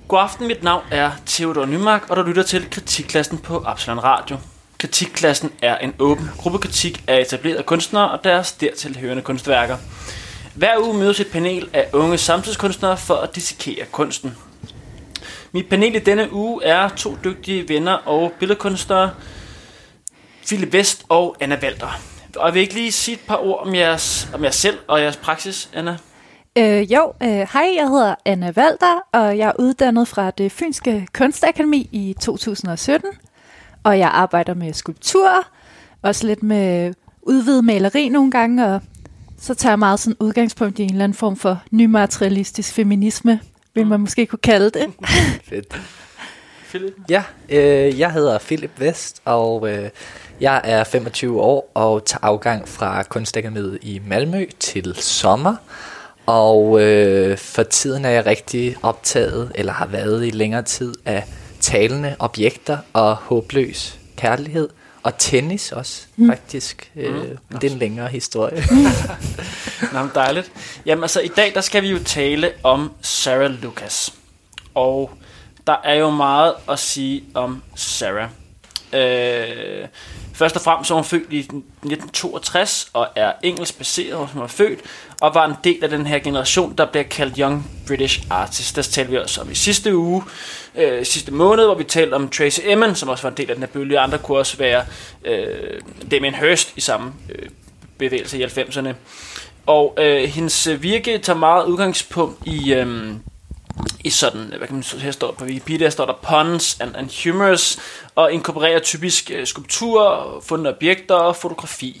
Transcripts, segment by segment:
God aften, mit navn er Theodor Nymark, og du lytter til Kritikklassen på Absalon Radio. Kritikklassen er en åben gruppekritik af etablerede kunstnere og deres dertilhørende kunstværker. Hver uge mødes et panel af unge samtidskunstnere for at dissekere kunsten. Mit panel i denne uge er to dygtige venner og billedkunstnere, Philip West og Anna Walter. Og jeg vil ikke lige sige et par ord om jer selv og jeres praksis, Anna? Hej, jeg hedder Anna Walter, og jeg er uddannet fra det Fynske Kunstakademi i 2017. Og jeg arbejder med skulpturer, også lidt med udvidet maleri nogle gange, og så tager jeg meget sådan udgangspunkt i en eller anden form for nymaterialistisk feminisme, vil man måske kunne kalde det. Fedt. Philip? Ja, jeg hedder Philip West, og jeg er 25 år og tager afgang fra Kunstakademiet i Malmø til sommer. Og for tiden er jeg rigtig optaget, eller har været i længere tid, af talende objekter og håbløs kærlighed. Og tennis også, faktisk. Det er en længere historie. Nå, men dejligt. Jamen altså, i dag der skal vi jo tale om Sarah Lucas. Og der er jo meget at sige om Sarah. Først og fremmest så var hun født i 1962 og er engelsk baseret, hvor hun var født, og var en del af den her generation, der bliver kaldt Young British Artists. Der talte vi også om i sidste uge, sidste måned, hvor vi talte om Tracey Emin, som også var en del af den her bølge. Andre kunne også være Damien Hirst i samme bevægelse i 90'erne. Og hendes virke tager meget udgangspunkt i sådan, hvad kan man sige, her står på Wikipedia, står der puns and humors, og inkorporerer typisk skulpturer, fundne objekter og fotografi.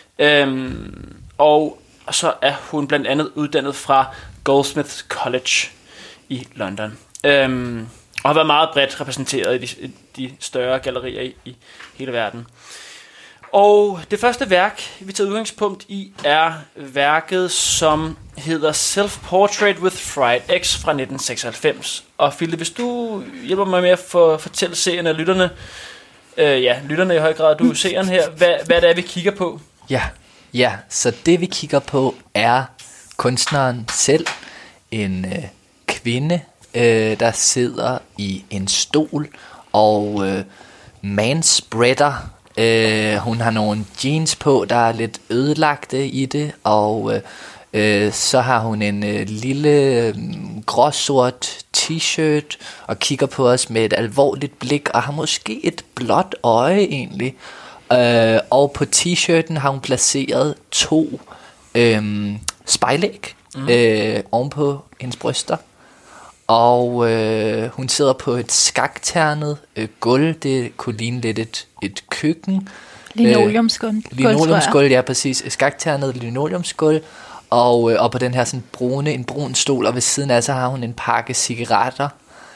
Og så er hun blandt andet uddannet fra Goldsmiths College i London. Og har været meget bredt repræsenteret i de større gallerier i hele verden. Og det første værk, vi tager udgangspunkt i, er værket, som hedder Self-Portrait with Fried Eggs fra 1996. Og Philip, hvis du hjælper mig med at fortælle seerne og lytterne, lytterne i høj grad, du er seeren her, hvad det er, vi kigger på? Ja, så det vi kigger på er kunstneren selv, en kvinde, der sidder i en stol og manspreader. Hun har nogle jeans på, der er lidt ødelagte i det, og så har hun en lille gråsort t-shirt og kigger på os med et alvorligt blik og har måske et blåt øje egentlig. Og på t-shirten har hun placeret 2 spejlæg oven på hendes bryster. Og hun sidder på et skakternet gulv. Det kunne ligne lidt et køkken. Linoleumsgulv, ja, præcis. Skakternet linoleumsgulv. Og på den her sådan en brun stol, og ved siden af så har hun en pakke cigaretter.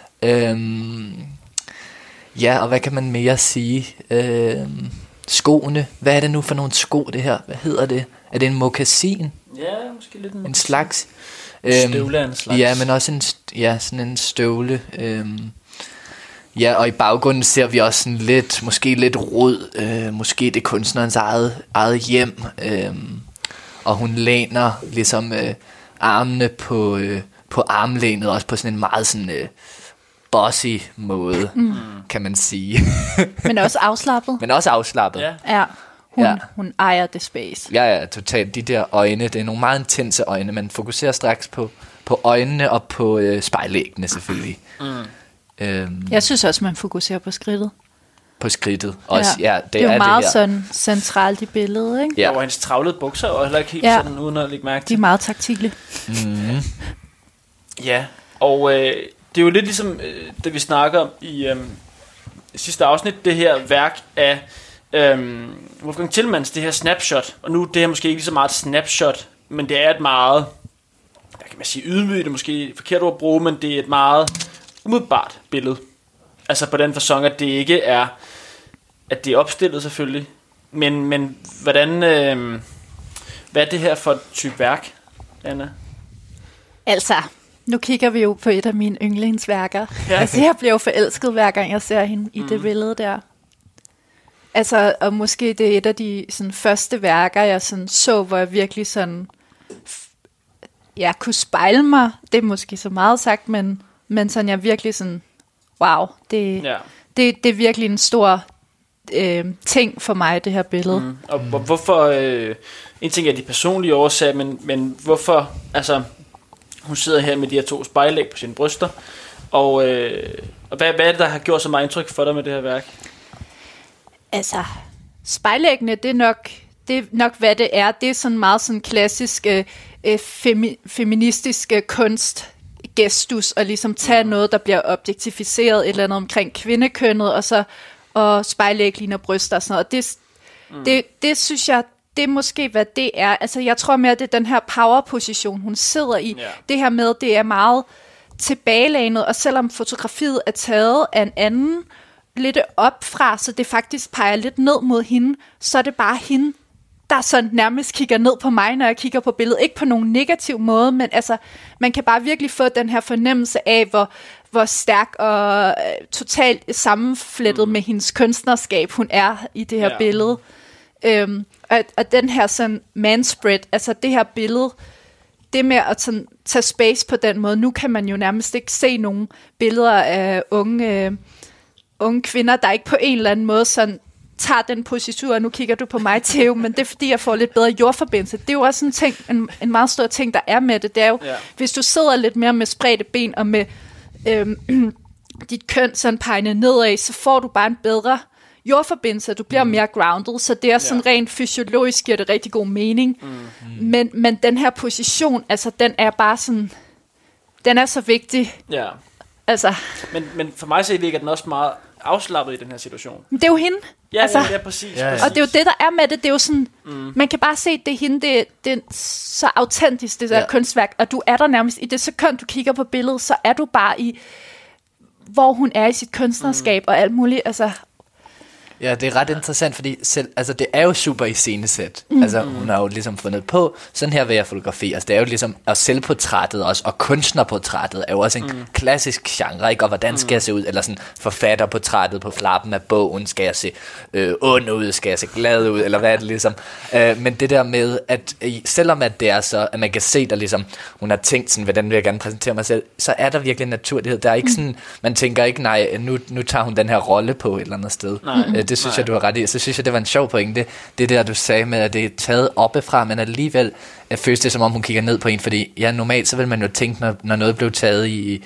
Ja, og hvad kan man mere sige? Skoene. Hvad er det nu for nogle sko, det her? Hvad hedder det? Er det en mokassin? Ja, måske lidt en slags. Støvle af en slags. Ja, men også sådan en støvle. Ja, og i baggrunden ser vi også sådan måske lidt rød. Måske det er kunstnerens eget hjem. Og hun læner ligesom armene på armlænet, også på sådan en meget sådan bossy måde, kan man sige. Men også afslappet. Ja. Hun ejer det space. Ja, totalt. De der øjne, det er nogle meget intense øjne. Man fokuserer straks på øjnene og på spejlæggene selvfølgelig. Jeg synes også, man fokuserer på skridtet. På skridtet. Også, det er jo meget sådan centralt i billedet, ikke? Ja. Og hendes travlede bukser, og heller ikke helt sådan, uden at lægge mærke til. De er meget taktile. Ja, og det er jo lidt ligesom, det vi snakker om i sidste afsnit, det her værk af Wolfgang Tillmans, det her snapshot. Og nu det her måske ikke lige så meget et snapshot, men det er et meget, hvad kan man sige, ydmygt, det er måske forkert ord at bruge, men det er et meget umiddelbart billede. Altså på den facon, at det ikke er, at det er opstillet selvfølgelig, men hvordan, hvad er det her for et type værk, Anna? Altså, nu kigger vi jo på et af mine yndlingsværker. Ja. Altså, jeg bliver jo forelsket hver gang jeg ser hende i det billede der. Altså, og måske det er et af de sådan, første værker, jeg sådan, så, hvor jeg virkelig sådan, kunne spejle mig. Det er måske så meget sagt, men men sådan jeg virkelig sådan, wow, det er virkelig en stor ting for mig, det her billede. Og hvorfor, en ting er de personlige årsager, men hvorfor, altså, hun sidder her med de her 2 spejlæg på sine bryster, og hvad er det, der har gjort så meget indtryk for dig med det her værk? Altså, spejlæggene, det er nok hvad det er. Det er sådan meget sådan klassisk feministisk kunstgestus, og ligesom tage noget, der bliver objektificeret, et eller andet omkring kvindekønnet, og spejlæg ligner bryster og sådan noget. Det synes jeg, det er måske, hvad det er. Altså, jeg tror mere, det er den her power-position, hun sidder i. Yeah. Det her med, det er meget tilbagelænet, og selvom fotografiet er taget af en anden, lidt op fra, så det faktisk peger lidt ned mod hende, så er det bare hende, der sådan nærmest kigger ned på mig, når jeg kigger på billedet. Ikke på nogen negativ måde, men altså, man kan bare virkelig få den her fornemmelse af, hvor stærk og totalt sammenflettet med hendes kunstnerskab hun er i det her billede. Og den her sådan manspread, altså det her billede, det med at sådan, tage space på den måde, nu kan man jo nærmest ikke se nogen billeder af unge kvinder, der ikke på en eller anden måde sådan tager den positur, og nu kigger du på mig, Theo, men det er fordi, jeg får lidt bedre jordforbindelse. Det er jo også en ting, en meget stor ting, der er med det. Det er jo, hvis du sidder lidt mere med spredte ben, og med dit køn sådan pegnet nedad, så får du bare en bedre jordforbindelse, du bliver mere grounded, så det er sådan rent fysiologisk, giver det rigtig god mening. Men den her position, altså den er bare sådan, den er så vigtig. Ja. Altså. Men for mig så virker den også meget afslappet i den her situation. Det er jo hende. Ja, altså, ja, præcis. Og det er jo det, der er med det. Det er jo sådan, man kan bare se, det er hende, det er så autentisk, det der kunstværk, og du er der nærmest, i det sekund, du kigger på billedet, så er du bare i, hvor hun er i sit kunstnerskab, og alt muligt, altså. Ja, det er ret interessant, fordi altså, det er jo super iscenesæt. Altså, hun har jo ligesom fundet på, sådan her vil jeg fotografere. Altså, det er jo ligesom, og selvportrættet også, og kunstnerportrættet er jo også en klassisk genre, ikke? Og hvordan skal jeg se ud? Eller sådan forfatterportrættet på flappen af bogen, skal jeg se ond ud, skal jeg se glad ud, eller hvad er det ligesom? Men det der med, at selvom at det er så, at man kan se, der ligesom, hun har tænkt sådan, hvordan vil jeg gerne præsentere mig selv, så er der virkelig en naturlighed. Der er ikke sådan, man tænker ikke, nej, nu tager hun den her rolle på et eller andet sted. Det synes jeg, du har ret i. Så synes jeg, det var en sjov pointe. Det der, du sagde med, at det er taget oppefra, men alligevel føles det, som om hun kigger ned på en, fordi normalt så vil man jo tænke, når noget blev taget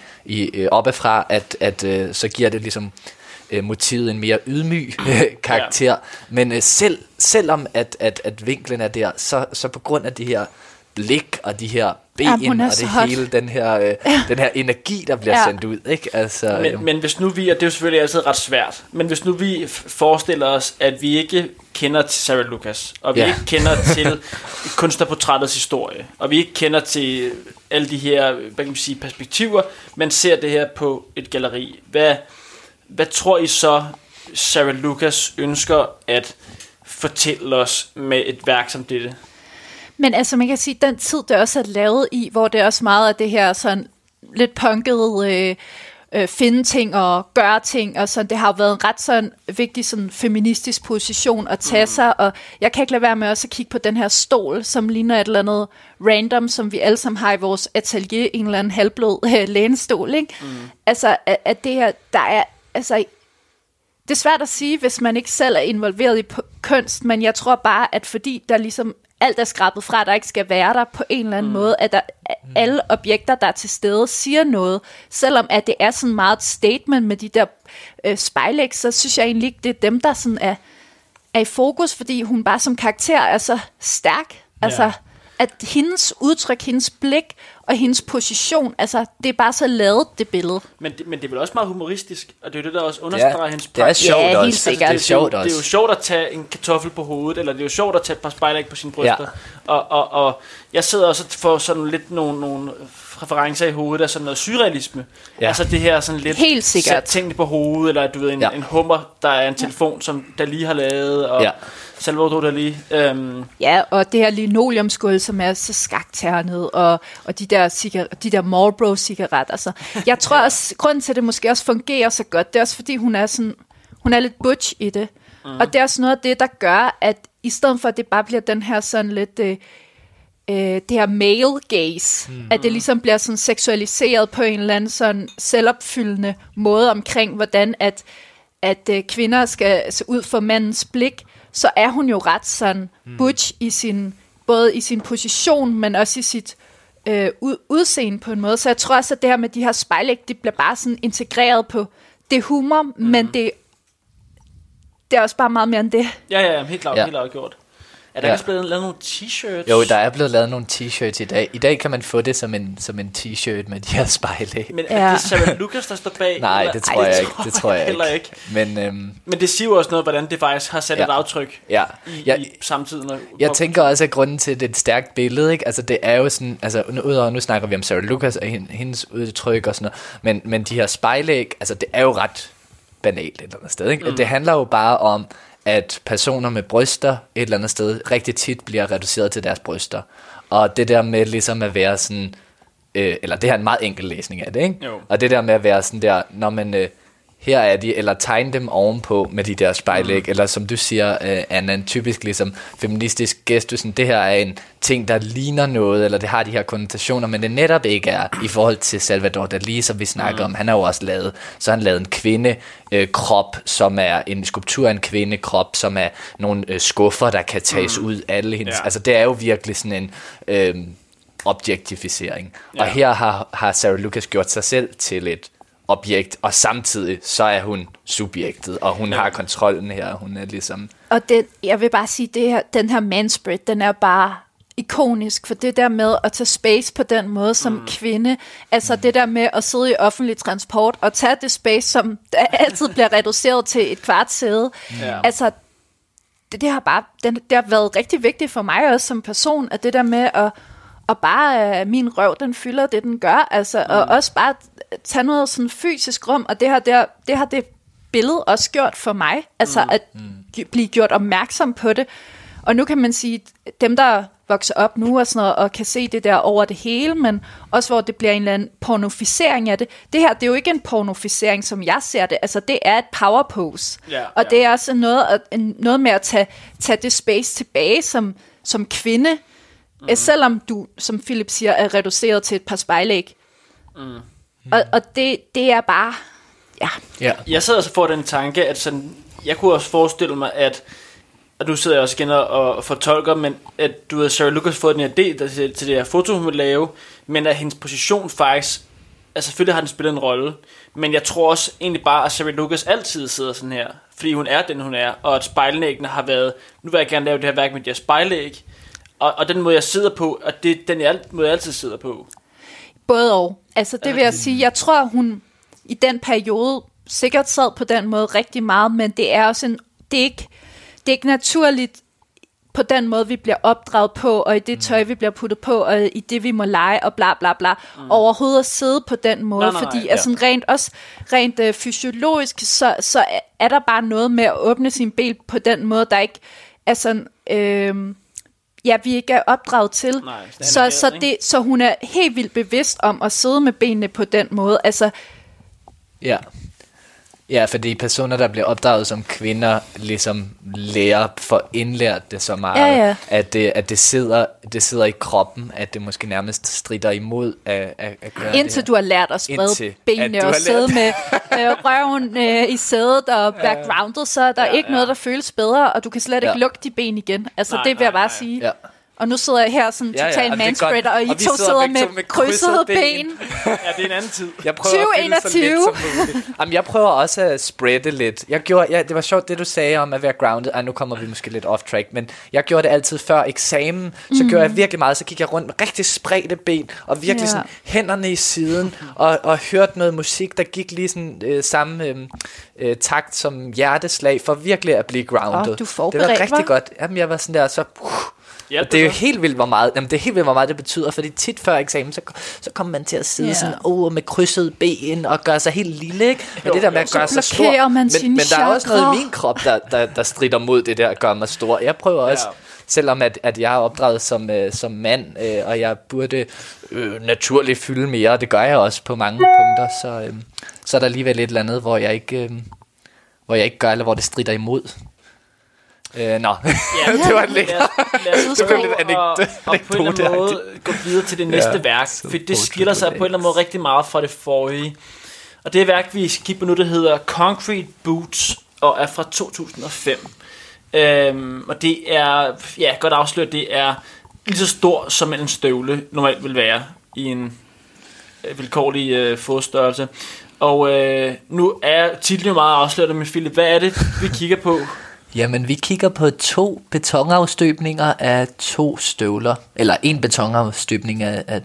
i oppefra, at så giver det ligesom motivet en mere ydmyg karakter. Men selvom at vinklen er der, så på grund af de her blik og de her ben og det hele, den her energi, der bliver sendt ud, ikke? Altså, men hvis nu vi, og det er jo selvfølgelig altid ret svært, men hvis nu vi forestiller os, at vi ikke kender til Sarah Lucas, og vi ikke kender til kunstnerportrættets historie, og vi ikke kender til alle de her, hvad kan man sige, perspektiver, men ser det her på et galleri, hvad tror I så Sarah Lucas ønsker at fortælle os med et værk som dette? Men altså, man kan sige, den tid, det også er lavet i, hvor det er også meget af det her sådan lidt punkede finde ting og gøre ting, og sådan, det har jo været en ret sådan vigtig sådan feministisk position at tage sig, og jeg kan ikke lade være med også at kigge på den her stol, som ligner et eller andet random, som vi alle sammen har i vores atelier, en eller anden halvblød lænestol, ikke? Altså, at det her, der er, altså, det er svært at sige, hvis man ikke selv er involveret i kunst, men jeg tror bare, at fordi der ligesom alt er skrabet fra, der ikke skal være der på en eller anden måde, at alle objekter, der er til stede, siger noget. Selvom at det er sådan meget et statement med de der spejlæg, så synes jeg egentlig ikke, det er dem, der sådan er i fokus, fordi hun bare som karakter er så stærk. Altså, at hendes udtryk, hendes blik og hendes position, altså, det er bare så lavet, det billede. Men det er vel også meget humoristisk, og det er jo det, der også understreger hendes det er sjovt også. Helt sikkert. Det er jo sjovt at tage en kartoffel på hovedet, eller det er jo sjovt at tage et par spejlæg på sine bryster. Og jeg sidder også for sådan lidt nogle referencer i hovedet af sådan noget surrealisme. Altså det her sådan lidt helt sikkert tingene på hovedet, eller du ved, en hummer, der er en telefon, som Dalí har lavet, og Salvador Dalí. Ja, og det her linoleumsgulv, som er så skakternet, og de der Marlboro-cigaretter. Altså, jeg tror også, grunden til, at det måske også fungerer så godt, det er også, fordi hun er lidt butch i det. Og det er også noget af det, der gør, at i stedet for, at det bare bliver den her sådan lidt det her male gaze, at det ligesom bliver sådan seksualiseret på en eller anden sådan selvopfyldende måde omkring, hvordan at kvinder skal se ud for mandens blik, så er hun jo ret sådan butch i både i sin position, men også i sit udseende på en måde. Så jeg tror også, at det her med de her spejlæg, det bliver bare sådan integreret på det humor, men det er også bare meget mere end det. Ja, helt klart gjort. Er der også blevet lavet nogle t-shirts? Jo, der er blevet lavet nogle t-shirts i dag. I dag kan man få det som en t-shirt med de her spejlæg. Men er det Sarah Lucas, der står bag? Nej, det tror jeg ikke. Det tror jeg heller ikke. Men det siger jo også noget, hvordan det faktisk har sat et aftryk i samtiden. Jeg tænker også, at grunden til, at det er et stærkt billede, ikke? Altså det er jo sådan, altså udover nu snakker vi om Sarah Lucas og hendes udtryk og sådan noget, men de her spejlæg, altså det er jo ret banalt et eller andet sted, ikke? Det handler jo bare om, at personer med bryster et eller andet sted rigtig tit bliver reduceret til deres bryster. Og det der med ligesom at være sådan, eller det her er en meget enkel læsning af det, ikke? Jo. Og det der med at være sådan der, når man, her er de, eller tegne dem ovenpå med de der spejlæg, eller som du siger, Anna, en typisk ligesom feministisk gestus, sådan, det her er en ting, der ligner noget, eller det har de her konnotationer, men det netop ikke er, i forhold til Salvador Dalí, som vi snakker om. Han har jo også lavet en kvinde krop, som er en skulptur af en kvindekrop, som er nogle skuffer, der kan tages ud alle hendes. Altså det er jo virkelig sådan en objektificering. Og her har Sarah Lucas gjort sig selv til et objekt, og samtidig så er hun subjektet, og hun har kontrollen her, hun er ligesom... Og jeg vil bare sige, den her manspread, den er bare ikonisk, for det der med at tage space på den måde som kvinde, altså det der med at sidde i offentlig transport og tage det space, som altid bliver reduceret til et kvart sæde, altså det har været rigtig vigtigt for mig også som person, at det der med at bare min røv, den fylder det, den gør, altså, og også bare tage noget sådan fysisk rum, og det har det billede også gjort for mig, altså at blive gjort opmærksom på det. Og nu kan man sige, dem der vokser op nu og sådan noget, og kan se det der over det hele, men også hvor det bliver en eller anden pornoficering af det. Det her, det er jo ikke en pornoficering, som jeg ser det, altså det er et power pose. Og det er også noget med at tage det space tilbage som kvinde, selvom du, som Philip siger, er reduceret til et par spejlæg. Og det er bare, Jeg sidder også for den tanke, at sådan, jeg kunne også forestille mig, at du sidder også igen og fortolker, men at du havde Sarah Lucas fået den her idé til det her foto, hun vil lave, men at hendes position faktisk, altså selvfølgelig har den spillet en rolle, men jeg tror også egentlig bare, at Sarah Lucas altid sidder sådan her, fordi hun er den, hun er, og at spejlæggene har været, nu vil jeg gerne lave det her værk med de her spejlæg, og den måde jeg sidder på, og det er den måde jeg altid sidder på. Både og. Altså det vil jeg sige, jeg tror hun i den periode sikkert sad på den måde rigtig meget, men det er også det er ikke naturligt på den måde vi bliver opdraget på, og i det tøj vi bliver puttet på, og i det vi må lege og bla bla bla, overhovedet at sidde på den måde, fordi altså rent fysiologisk så er der bare noget med at åbne sin ben på den måde, der ikke er sådan vi ikke er opdraget til. Nej, så hun er helt vildt bevidst om at sidde med benene på den måde. Altså Ja, fordi personer, der bliver opdraget som kvinder, ligesom lærer for indlært det så meget, at det sidder i kroppen, at det måske nærmest strider imod at gøre indtil det du har lært at sprede benene og sidde med røven i sædet og backgroundet, så er der ikke noget, der føles bedre, og du kan slet ikke lukke de ben igen. Altså det vil jeg bare sige. Ja. Og nu sidder jeg her sådan total manspreader, og I to sidder med krydsede ben. Ja, det er en anden tid. Jeg prøver 2021. Jamen, jeg prøver også at spreade lidt. Det var sjovt, det du sagde om at være grounded. Nu kommer vi måske lidt off track, men jeg gjorde det altid før eksamen. Så gjorde jeg virkelig meget, så gik jeg rundt med rigtig spredte ben, og virkelig sådan hænderne i siden, og hørte noget musik, der gik lige sådan samme takt som hjerteslag, for virkelig at blive grounded. Du forberedt, det var rigtig godt. Jamen, jeg var sådan der, så... Og det er jo helt vildt, hvor meget det betyder, fordi tit før eksamen, så kommer man til at sidde sådan med krydsede ben og gøre sig helt lille, ikke? Men det der med at gøre sig stor, men der er også noget i min krop, der strider mod det der at gøre mig stor. Jeg prøver også, selvom at jeg er opdraget som mand, og jeg burde naturligt fylde mere, og det gør jeg også på mange punkter, så er der alligevel et eller andet, hvor jeg ikke gør, eller hvor det strider imod. Nå, det var en lækker. Lad os Det blev lidt og på en eller anden måde gå videre til det næste værk, for det skiller sig på en eller anden måde rigtig meget fra det forrige. Og det værk, vi skal kigge på nu, det hedder Concrete Boots, og er fra 2005. Og det er, godt afsløret, det er lige så stor som en støvle normalt vil være i en vilkårlig fodstørrelse. Og nu er titlen jo meget afsløret med Philip. Hvad er det, vi kigger på? Jamen, vi kigger på 2 betonafstøbninger af 2 støvler. Eller en betonafstøbning af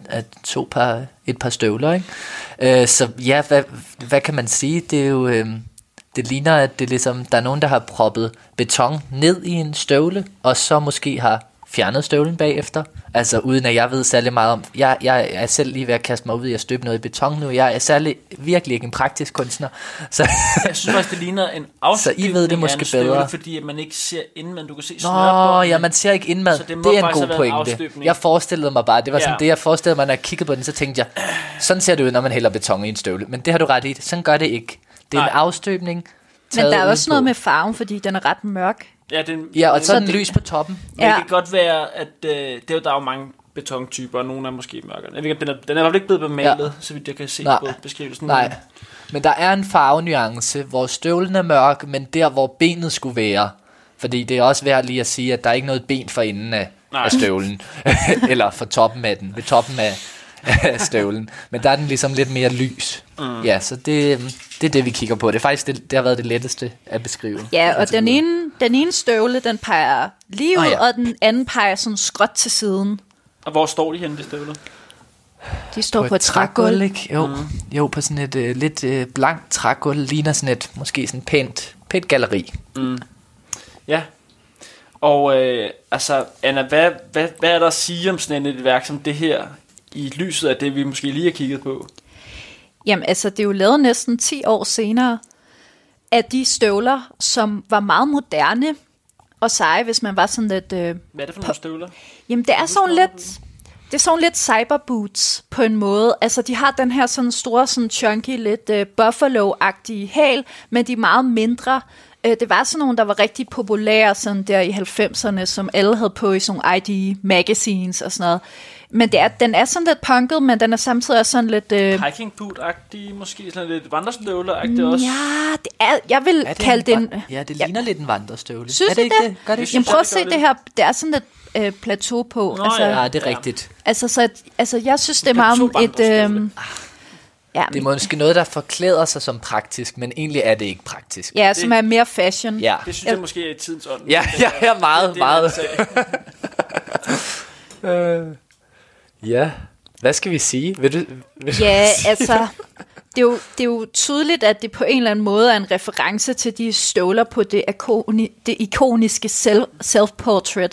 et par støvler, ikke? Så ja, hvad kan man sige? Det er jo... det ligner, at det ligesom, der er nogen, der har proppet beton ned i en støvle, og så måske har fjernet støvlen bagefter. Altså uden at jeg ved særlig meget om. Jeg er selv lige ved at kaste mig ud i at støbe noget i beton nu. Jeg er virkelig ikke en praktisk kunstner. Så jeg synes faktisk, det ligner en afstøbning. så I ved det måske bedre. Fordi man ikke ser indmad. Du kan se snørbånden. Ja, man ser ikke indmad. Det er en god pointe. Jeg forestillede mig bare, det var sådan det, jeg forestillede mig, når jeg kiggede på den, så tænkte jeg, sådan ser det ud, når man hælder beton i en støvle. Men det har du ret i. Sådan gør det ikke. Det er en afstøbning. Men der er også noget med farven, fordi den er ret mørk. Og så er den lys på toppen. Men det kan godt være, at der er jo mange betontyper, og nogle er måske mørkere. Jeg ved ikke, den er i hvert fald ikke blevet bemalet, så vidt jeg kan se på beskrivelsen. Nej, men der er en farvenuance, hvor støvlen er mørk, men der, hvor benet skulle være. Fordi det er også værd lige at sige, at der er ikke noget ben for enden af støvlen. Eller for toppen af den. Ved toppen af støvlen. Men der er den ligesom lidt mere lys. Ja, så det er det, vi kigger på. Det er faktisk det har været det letteste at beskrive. Ja, og den ene støvle, den peger lige ud, og den anden peger sådan skråt til siden. Og hvor står de henne, de støvler? De står på et trægulv, ikke? Jo, på sådan et lidt blankt trægulv. Ligner sådan et, måske sådan pænt galleri. Ja. Og altså, Anna, hvad er der at sige om sådan et værk som det her, i lyset af det, vi måske lige har kigget på? Jamen, altså, det er jo lavet næsten 10 år senere af de støvler, som var meget moderne og seje, hvis man var sådan lidt... Hvad er det for nogle støvler? Jamen, det er sådan lidt cyberboots på en måde. Altså, de har den her sådan store, sådan chunky, lidt buffalo-agtige hæl, men de er meget mindre. Det var sådan nogle, der var rigtig populære sådan der i 90'erne, som alle havde på i sådan ID magazines og sådan noget. Men den er sådan lidt punket, men den er samtidig også sådan lidt... Hiking boot-agtig, måske sådan lidt vandrestøvler-agtig også. Ja, det er, jeg vil kalde den... Ja, det ligner lidt en vandrestøvle. Synes I det? Gør det? Jamen prøv at se det her, det er sådan lidt plateau på. Nå, altså, ja, det er rigtigt. Altså, jeg synes, det er meget et... Ja, det er måske noget, der forklæder sig som praktisk, men egentlig er det ikke praktisk. Ja, som er mere fashion. Ja. Det synes jeg måske er i tidens ånd. Ja, meget. Ja, hvad skal vi sige? Ja, altså, det er jo tydeligt, at det på en eller anden måde er en reference til de støvler på det ikoniske self-portrait.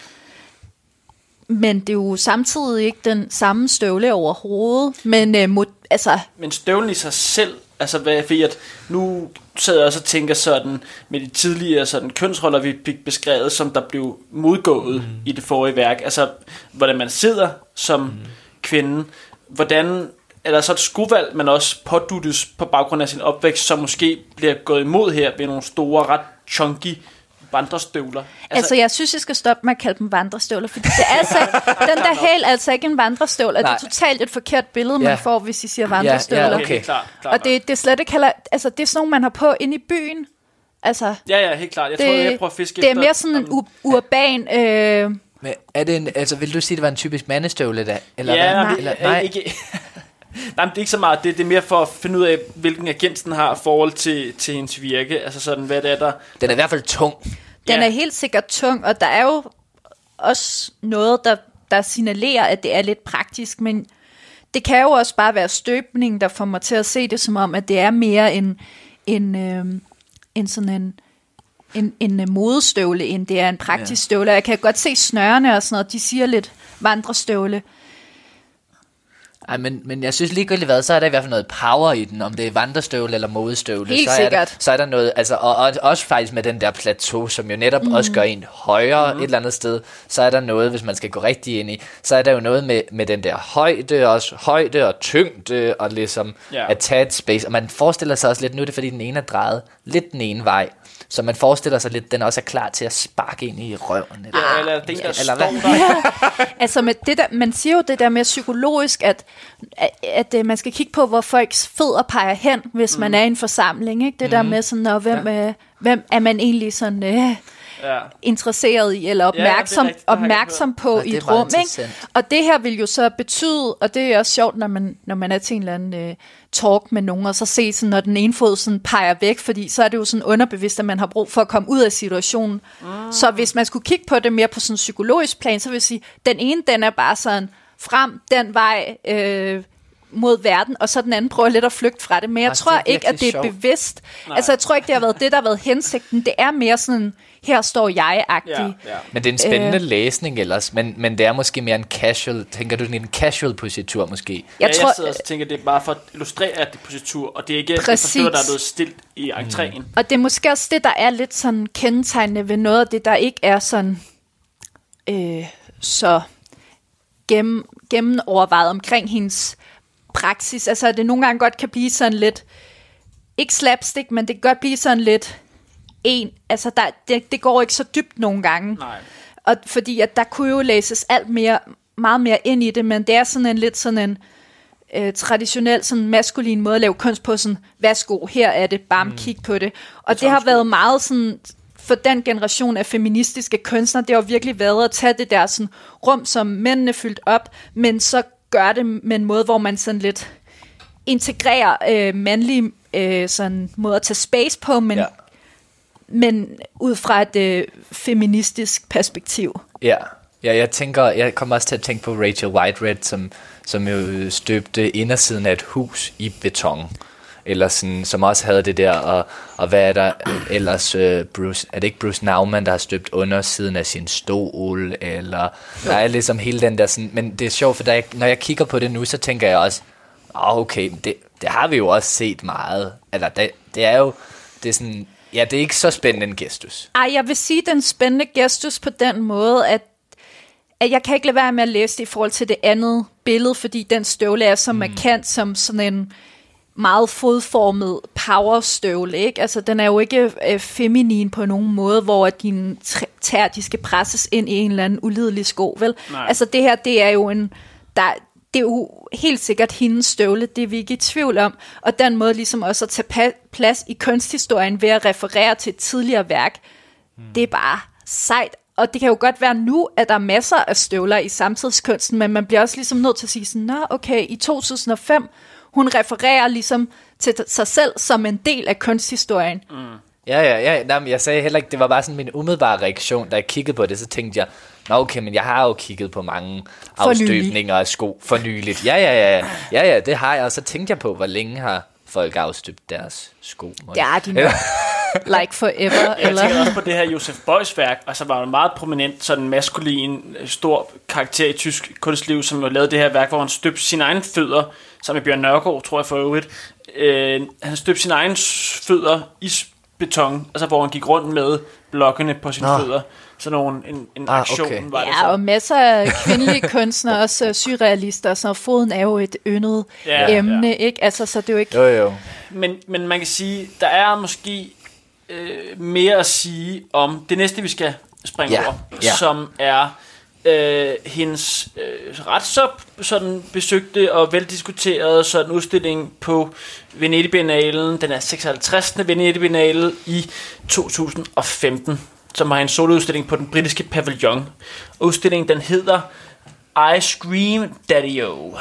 Men det er jo samtidig ikke den samme støvle overhovedet. Men støvlen i sig selv, altså fordi at nu sidder jeg også og tænker sådan, med de tidligere sådan kønsroller, vi fik beskrevet, som der blev modgået i det forrige værk. Altså, hvordan man sidder som kvinde, hvordan, eller så et skuvalg, man også påduttes på baggrund af sin opvækst, som måske bliver gået imod her ved nogle store, ret chunky vandrestøvler. Altså, jeg synes, jeg skal stoppe med at kalde dem vandrestøvler, fordi det er altså, den der hæl er altså ikke en vandrestøvle, og det er totalt et forkert billede, man får, hvis I siger vandrestøvler. Ja, okay. Klar, og det er slet ikke altså, det er sådan nogle, man har på inde i byen. Altså, ja, helt klart. Jeg tror, jeg prøver at fiske det efter. Det er mere sådan en urban... Men er det altså, vil du sige, det var en typisk mandestøvle da? Eller nej. Ikke. Nej, men det er ikke så meget. Det er mere for at finde ud af, hvilken agens den har i forhold til hendes virke. Altså sådan, hvad det er der... Den er i hvert fald tung. Den er helt sikkert tung, og der er jo også noget, der signalerer, at det er lidt praktisk, men det kan jo også bare være støbning, der får mig til at se det som om, at det er mere en sådan en modestøvle, end det er en praktisk støvle. Jeg kan godt se snørene og sådan noget, de siger lidt vandrestøvle. Ej, men jeg synes ligegyldigt hvad, så er der i hvert fald noget power i den, om det er vandrestøvle eller modestøvle. Helt sikkert. Så er der noget, altså, og også faktisk med den der plateau, som jo netop også gør en højere et eller andet sted, så er der noget, hvis man skal gå rigtig ind i, så er der jo noget med den der højde og tyngde, og ligesom at tage et space, og man forestiller sig også lidt, nu er det fordi den ene er drejet lidt den ene vej, Så man forestiller sig lidt, at den også er klar til at sparke ind i røven. Eller det, der står hvad? der. Altså med det der, man siger jo det der med psykologisk, at man skal kigge på, hvor folks fødder peger hen, hvis man er i en forsamling. Ikke? Det der med sådan, hvem er man egentlig sådan interesseret i, eller opmærksom på i et rum. Ikke? Og det her vil jo så betyde, og det er også sjovt, når man er til en eller anden talk med nogen, og så se sådan, når den ene fod sådan peger væk, fordi så er det jo sådan underbevidst, at man har brug for at komme ud af situationen. Så hvis man skulle kigge på det mere på sådan en psykologisk plan, så vil jeg sige, den ene, den er bare sådan frem, den vej mod verden, og så den anden prøver lidt at flygte fra det. Men jeg tror ikke, at det er bevidst. Nej. Altså, jeg tror ikke, det har været det, der har været hensigten. Det er mere sådan, her står jeg-agtig. Ja. Men det er en spændende læsning ellers, men det er måske mere en casual, tænker du, en casual positur måske? Jeg sidder og tænker, det er bare for at illustrere, at det er positur, og det er ikke et forstår, der er blevet stilt i entréen. Og det er måske også det, der er lidt sådan kendetegnende ved noget af det, der ikke er sådan så gennemenovervejet omkring hendes praksis. Altså, at det nogle gange godt kan blive sådan lidt, ikke slapstick, men det kan godt blive sådan lidt altså, det går ikke så dybt nogle gange. Nej. Og fordi at der kunne jo læses meget mere ind i det, men det er sådan en lidt sådan en traditionel, sådan maskulin måde at lave kunst på, sådan, værsgo, her er det, bam, kig på det. Og det har været meget sådan, for den generation af feministiske kunstnere, det har virkelig været at tage det der sådan rum, som mændene fyldt op, men så gør det med en måde, hvor man sådan lidt integrerer mandlige sådan måde at tage space på, men ud fra et feministisk perspektiv. Ja, jeg kommer også til at tænke på Rachel Whitehead, som jo støbte indersiden af et hus i beton. Eller sådan, som også havde det der, og hvad er der ellers, Bruce, er det ikke Bruce Nauman, der har støbt undersiden af sin stol, eller der er ligesom hele den der sådan, men det er sjovt, for når jeg kigger på det nu, så tænker jeg også, okay, det har vi jo også set meget, eller det er jo, det er sådan, ja, det er ikke så spændende en gestus. Jeg vil sige, den spændende gestus på den måde, at jeg kan ikke lade være med at læse det i forhold til det andet billede, fordi den støvle er så markant som sådan en meget fodformet powerstøvle, ikke? Altså, den er jo ikke feminin på nogen måde, hvor dine tæer, de skal presses ind i en eller anden ulidelig sko, vel? Nej. Altså, det her, det er jo det er jo helt sikkert hendes støvle, det er vi ikke i tvivl om, og den måde ligesom også at tage plads i kunsthistorien ved at referere til et tidligere værk, det er bare sejt. Og det kan jo godt være nu, at der er masser af støvler i samtidskunsten, men man bliver også ligesom nødt til at sige sådan, nå, okay, i 2005, hun refererer ligesom til sig selv som en del af kunsthistorien. Ja. Nej, jeg sagde heller ikke, det var bare sådan min umiddelbare reaktion, da jeg kiggede på det, så tænkte jeg, nå okay, men jeg har jo kigget på mange afstøbninger af sko for nyligt. Ja, det har jeg, og så tænkte jeg på, hvor længe har folk afstøbt deres sko. Ja, de må like forever. Jeg tænker også på det her Josef Beuys værk, og så var han meget prominent, sådan en maskulin, stor karakter i tysk kunstliv, som jo lavede det her værk, hvor han støbte sine egne fødder, sammen med Bjørn Nørgaard, tror jeg for øvrigt. Han støbte sine egne fødder i beton, altså hvor han gik rundt med blokkene på sine fødder. Sådan en aktion var det så. Ja, og masser af kvindelige kunstnere, også surrealister, så foden er jo et yndet emne, ikke? Altså, så det er jo ikke... Jo. Men man kan sige, der er måske mere at sige om det næste, vi skal springe over, som er hendes ret så sådan besøgte og veldiskuterede sådan udstilling på Venedig Biennalen. Den er 56. Venedig Biennale i 2015, som har en soloudstilling på den britiske pavillon. Udstillingen, den hedder I Scream Daddy-O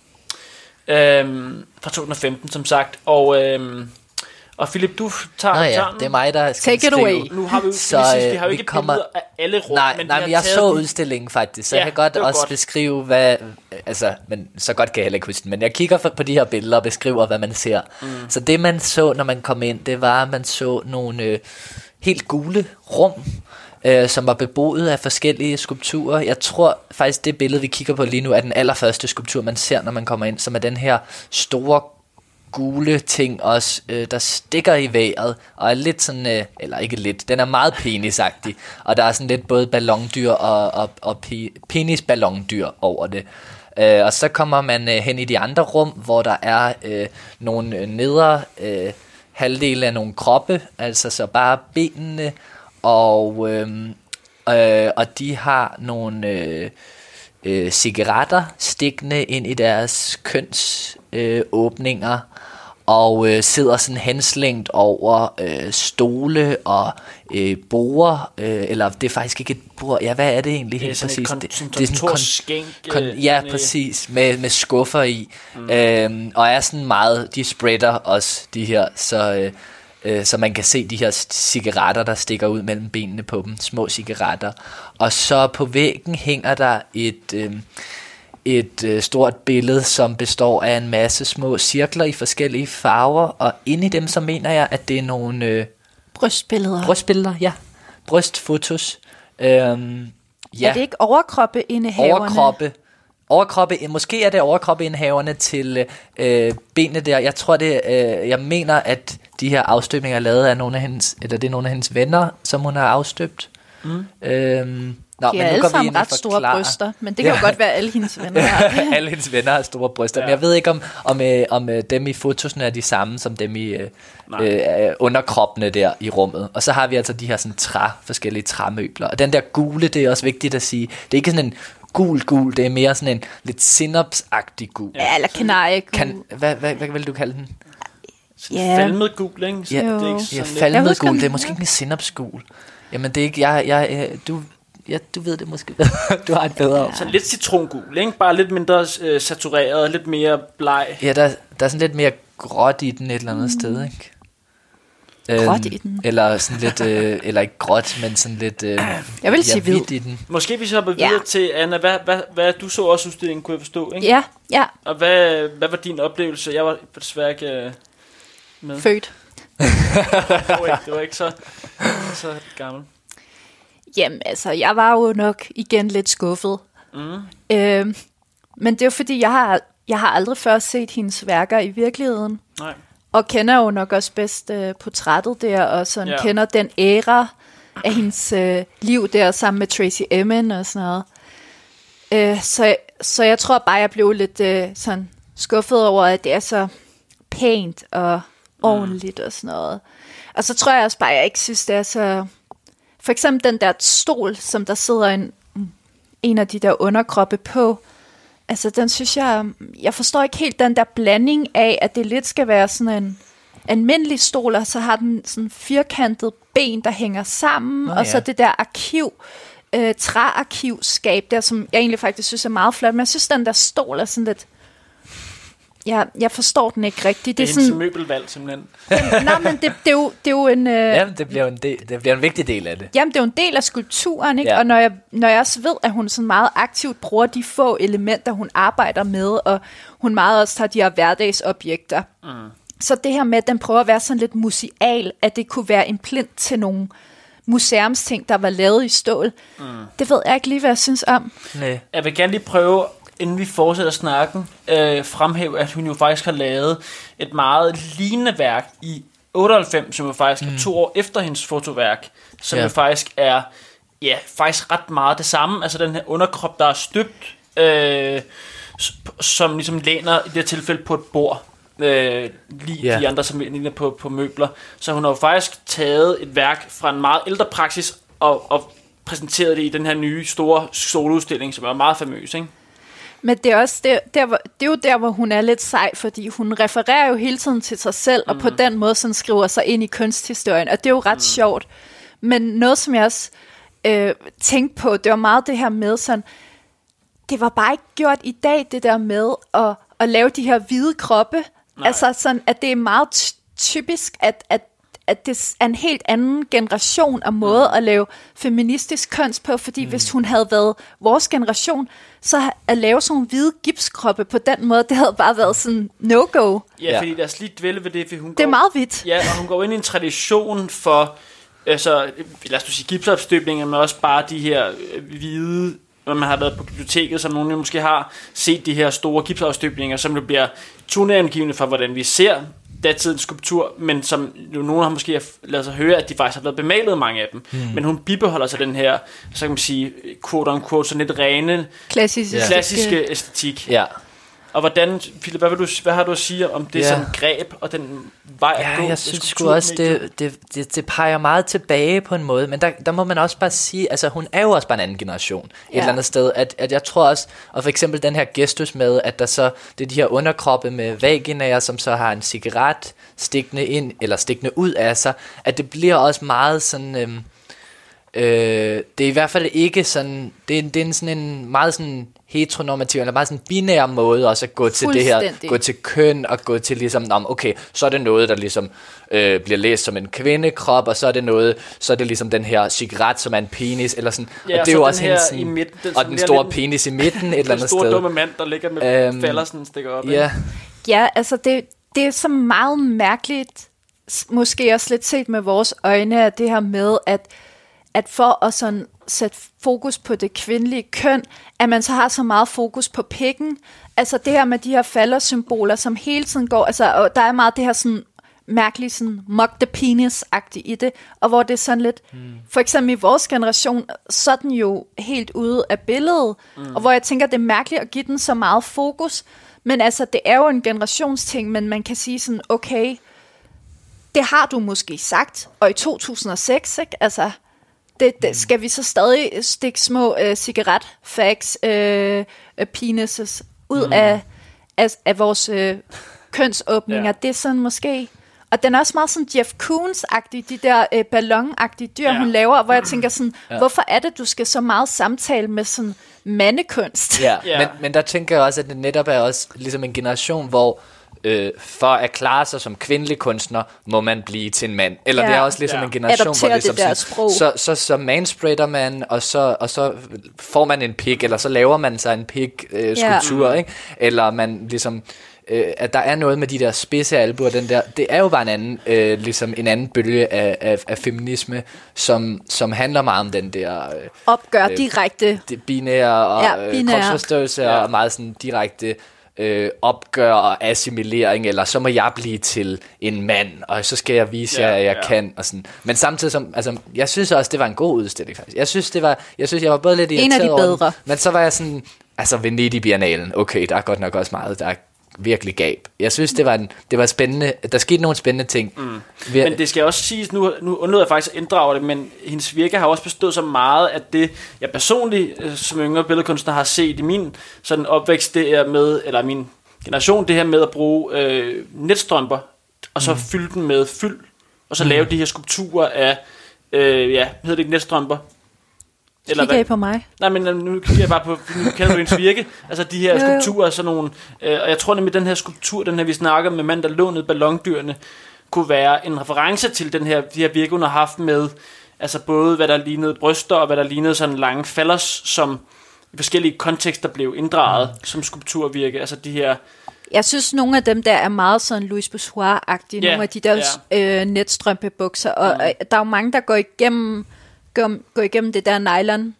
fra 2015, som sagt. Og Philip, du tager det er mig, der skal take it away. Nu har vi jo, vi har jo ikke billeder af alle rum, men jeg så udstillingen faktisk, så jeg kan godt også beskrive, hvad... Altså, men så godt kan jeg heller ikke huske den, men jeg kigger på de her billeder og beskriver, hvad man ser. Så det, man så, når man kom ind, det var, at man så nogle helt gule rum, som var beboet af forskellige skulpturer. Jeg tror faktisk, det billede, vi kigger på lige nu, er den allerførste skulptur, man ser, når man kommer ind, som er den her store gule ting også, der stikker i vejret, og er lidt sådan, eller ikke lidt, den er meget penisagtig, og der er sådan lidt både ballondyr og penisballondyr over det. Og så kommer man hen i de andre rum, hvor der er nogle nedre halvdelen af nogle kroppe, altså så bare benene, og de har nogle cigaretter stikkende ind i deres kønsåbninger, og sidder sådan henslængt over stole og borde, eller det er faktisk ikke et bord, ja, hvad er det egentlig helt præcis? Det er sådan en skænk. Ja, præcis, med skuffer i, og er sådan meget, de spreader også, de her, så man kan se de her cigaretter, der stikker ud mellem benene på dem, små cigaretter, og så på væggen hænger der et stort billede, som består af en masse små cirkler i forskellige farver, og inde i dem, så mener jeg, at det er nogle brystbilleder, ja. Brystfotos. Ja. Er det ikke overkroppeindehaverne? Overkroppe, måske er det overkroppeindehaverne til benene der. Jeg tror jeg mener, at de her afstøbninger er lavet af nogle af hendes, eller det er nogle af hendes venner, som hun har afstøbt. De er alle sammen ret store bryster, men det kan jo godt være, alle hendes venner har. Alle hendes venner har store bryster, men jeg ved ikke, om dem i fotosene er de samme, som dem i underkroppene der i rummet. Og så har vi altså de her sådan forskellige træmøbler. Og den der gule, det er også vigtigt at sige, det er ikke sådan en gul, det er mere sådan en lidt sinapsagtig gul. Ja, eller kanariegul. Hvad vil du kalde den? Falmet gul, ikke? Ja, falmet gul, det er måske ikke en sinapsgul. Jamen det er ikke, du ved det måske. Du har et bedre. Så lidt citrongul, ikke? Bare lidt mindre satureret, lidt mere bleg. Ja, der er sådan lidt mere gråt i den et eller andet sted, ikke? Gråt i den. Eller sådan lidt, eller ikke gråt, men sådan lidt jeg vil sige hvid i den. Måske vi så hopper videre til, Anna, hvad du så også udstillingen, kunne jeg forstå, ikke? Ja. Og hvad var din oplevelse? Jeg var desværre ikke med. Født. Det var ikke så gammel. Jamen, altså, jeg var jo nok igen lidt skuffet. Men det er jo fordi, jeg har aldrig før set hendes værker i virkeligheden. Nej. Og kender jo nok også bedst portrættet der, og sådan kender den æra af hendes liv der, sammen med Tracy Emin og sådan noget. Så jeg tror bare, jeg blev lidt sådan skuffet over, at det er så pænt og ordentligt og sådan noget. Og så tror jeg også bare, jeg ikke synes, det er så... For eksempel den der stol, som der sidder en af de der underkroppe på, altså den synes jeg forstår ikke helt den der blanding af, at det lidt skal være sådan en almindelig stol, og så har den sådan firkantet ben, der hænger sammen, og så det der træarkivskab der, som jeg egentlig faktisk synes er meget flot, men jeg synes, den der stol er sådan lidt... Jeg forstår den ikke rigtigt. Det er sådan møbelvalg simpelthen. Nej, men det er jo en... Jamen, det bliver en vigtig del af det. Jamen, det er jo en del af skulpturen, ikke? Ja. Og når jeg også ved, at hun sådan meget aktivt bruger de få elementer, hun arbejder med, og hun meget også tager de her hverdagsobjekter. Så det her med, at den prøver at være sådan lidt museal, at det kunne være en plint til nogle museumsting, der var lavet i stål. Det ved jeg ikke lige, hvad jeg synes om. Nej. Jeg vil gerne lige prøve, inden vi fortsætter snakken, fremhæve, at hun jo faktisk har lavet et meget lignende værk i 98, som jo faktisk er 2 år efter hendes fotoværk, som jo faktisk er faktisk ret meget det samme. Altså den her underkrop, der er støbt, som ligesom læner i det tilfælde på et bord, lige de andre, som ligner på møbler. Så hun har jo faktisk taget et værk fra en meget ældre praksis og præsenteret det i den her nye store soloudstilling, som er meget famøs, ikke? Men det er også det er jo der, hvor hun er lidt sej, fordi hun refererer jo hele tiden til sig selv, og på den måde sådan skriver sig ind i kunsthistorien, og det er jo ret sjovt. Men noget, som jeg også tænkte på, det var meget det her med sådan, det var bare ikke gjort i dag, det der med at lave de her hvide kroppe. Nej. Altså sådan, at det er meget typisk, at det er en helt anden generation af måde at lave feministisk kunst på, fordi hvis hun havde været vores generation, så at lave sådan nogle hvide gipskroppe på den måde, det havde bare været sådan no-go. Ja, fordi lad os lige dvæle ved det, for hun det er meget vidt. Ja, og hun går ind i en tradition for, altså, lad os sige gipsopstøbninger, men også bare de her hvide, når man har været på biblioteket, som nogle måske har set de her store gipsafstøbninger, som jo bliver toneangivende for, hvordan vi ser datidens skulptur, men som jo nogen har måske ladet sig høre, at de faktisk har været bemalet, mange af dem. Men hun bibeholder sig den her, så kan man sige, quote unquote, sådan lidt rene, klassiske æstetik. Ja. Og hvordan, Philip, hvad har du at sige om det som greb og den vej at gå? Jeg synes sgu også, det peger meget tilbage på en måde, men der må man også bare sige, altså hun er jo også bare en anden generation et eller andet sted, at jeg tror også, og for eksempel den her gestus med, at der så, det er de her underkroppe med vaginaer, som så har en cigaret stikkende ind, eller stikkende ud af sig, at det bliver også meget sådan, det er i hvert fald ikke sådan, det er sådan en meget sådan heteronormativ, eller meget sådan binær måde også at gå til det her, gå til køn, og gå til ligesom, okay, så er det noget, der ligesom bliver læst som en kvindekrop, og så er det ligesom den her cigaret, som er en penis, eller sådan, ja, og det er jo også her sådan, i midten, og den store penis i midten, et eller andet sted. Den store dumme mand, der ligger med falder sådan, stikker op. Ja, altså det er så meget mærkeligt, måske også lidt set med vores øjne, at det her med, at for at sådan sætte fokus på det kvindelige køn, at man så har så meget fokus på pikken. Altså det her med de her faldersymboler, som hele tiden går, altså og der er meget det her sådan mærkeligt sådan mock the penis-agtigt i det, og hvor det er sådan lidt, for eksempel i vores generation, så er den jo helt ude af billedet, og hvor jeg tænker, det er mærkeligt at give den så meget fokus, men altså det er jo en generationsting, men man kan sige sådan, okay, det har du måske sagt, og i 2006, ikke? Altså det skal vi så stadig stikke små cigaretfags penises ud af vores kønsåbninger. Det er sådan måske. Og den er også meget sådan Jeff Koons-agtig, de der ballon-agtige dyr, hun laver, hvor jeg tænker sådan, hvorfor er det, du skal så meget samtale med sådan mandekunst? Men der tænker jeg også, at det netop er også ligesom en generation, hvor for at klare sig som kvindelig kunstner, må man blive til en mand. Eller det er også ligesom en generation, adoptere hvor ligesom det sådan, så manspreader man, og så får man en pik, eller så laver man sig en pik-skulptur, ikke? Eller man ligesom at der er noget med de der spidse albuer, den der, det er jo bare en anden, ligesom en anden bølge af feminisme, som handler meget om den der opgør direkte det binære og kropsforståelse og meget sådan direkte opgør og assimilering, eller så må jeg blive til en mand, og så skal jeg vise jer, at jeg kan, og sådan. Men samtidig som, altså, jeg synes også, det var en god udstilling, faktisk. Jeg synes, jeg var både lidt irriteret over den, men så var jeg sådan, altså Venedig-biennalen, okay, der er godt nok også meget, der er virkelig gab. Jeg synes, det var spændende. Der skete nogle spændende ting. Men det skal også siges, nu undlod jeg faktisk at inddrage det, men hendes virke har også bestået så meget, at det, jeg personligt som yngre billedkunstner har set i min sådan opvækst, det er med, eller min generation, det her med at bruge netstrømper, og så fylde dem med fyld, og så lave de her skulpturer af, hedder det ikke netstrømper? Kigger I på mig? Nej, men nu kigger jeg bare på, nu kender du hendes virke. Altså de her skulpturer, sådan nogle, og jeg tror nemlig, den her skulptur, den her vi snakker med mand, der lå ned ballondyrene, kunne være en reference til de her virke, hun har haft med, altså både hvad der lignede bryster, og hvad der lignede sådan lange fallers, som i forskellige kontekster blev inddraget som skulpturvirke. Altså de her. Jeg synes, nogle af dem der er meget sådan Louis Bourgeois-agtige, nogle af de der netstrømpebukser, og der er jo mange, der går igennem det der nylon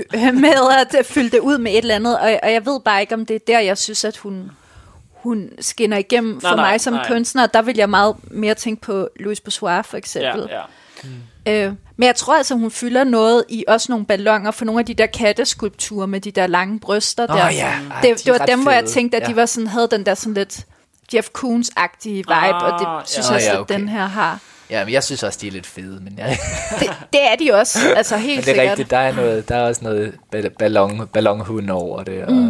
med at fylde det ud med et eller andet, og jeg ved bare ikke, om det er der, jeg synes, at hun skinner igennem for mig som kunstner. Der vil jeg meget mere tænke på Louis Bourgeois for eksempel. Men jeg tror altså, hun fylder noget i også nogle balloner for nogle af de der katteskulpturer med de der lange bryster der. Det var dem, hvor jeg tænkte, at de var sådan, havde den der sådan lidt Jeff Koons-agtige vibe, og det synes jeg, at den her har. Ja, men jeg synes også, de er lidt fede, men det er de også, altså helt men det er sikkert. Rigtigt, der er også noget ballonhund over det, og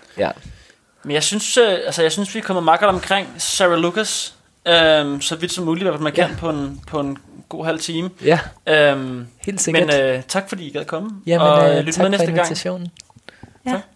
Men jeg synes, vi er kommet meget godt omkring Sarah Lucas, så vidt som muligt, hvad man kan på en god halv time. Ja, helt sikkert. Men tak fordi I gad komme, jamen, og lyt tak med næste for invitationen. gang. Ja. Tak.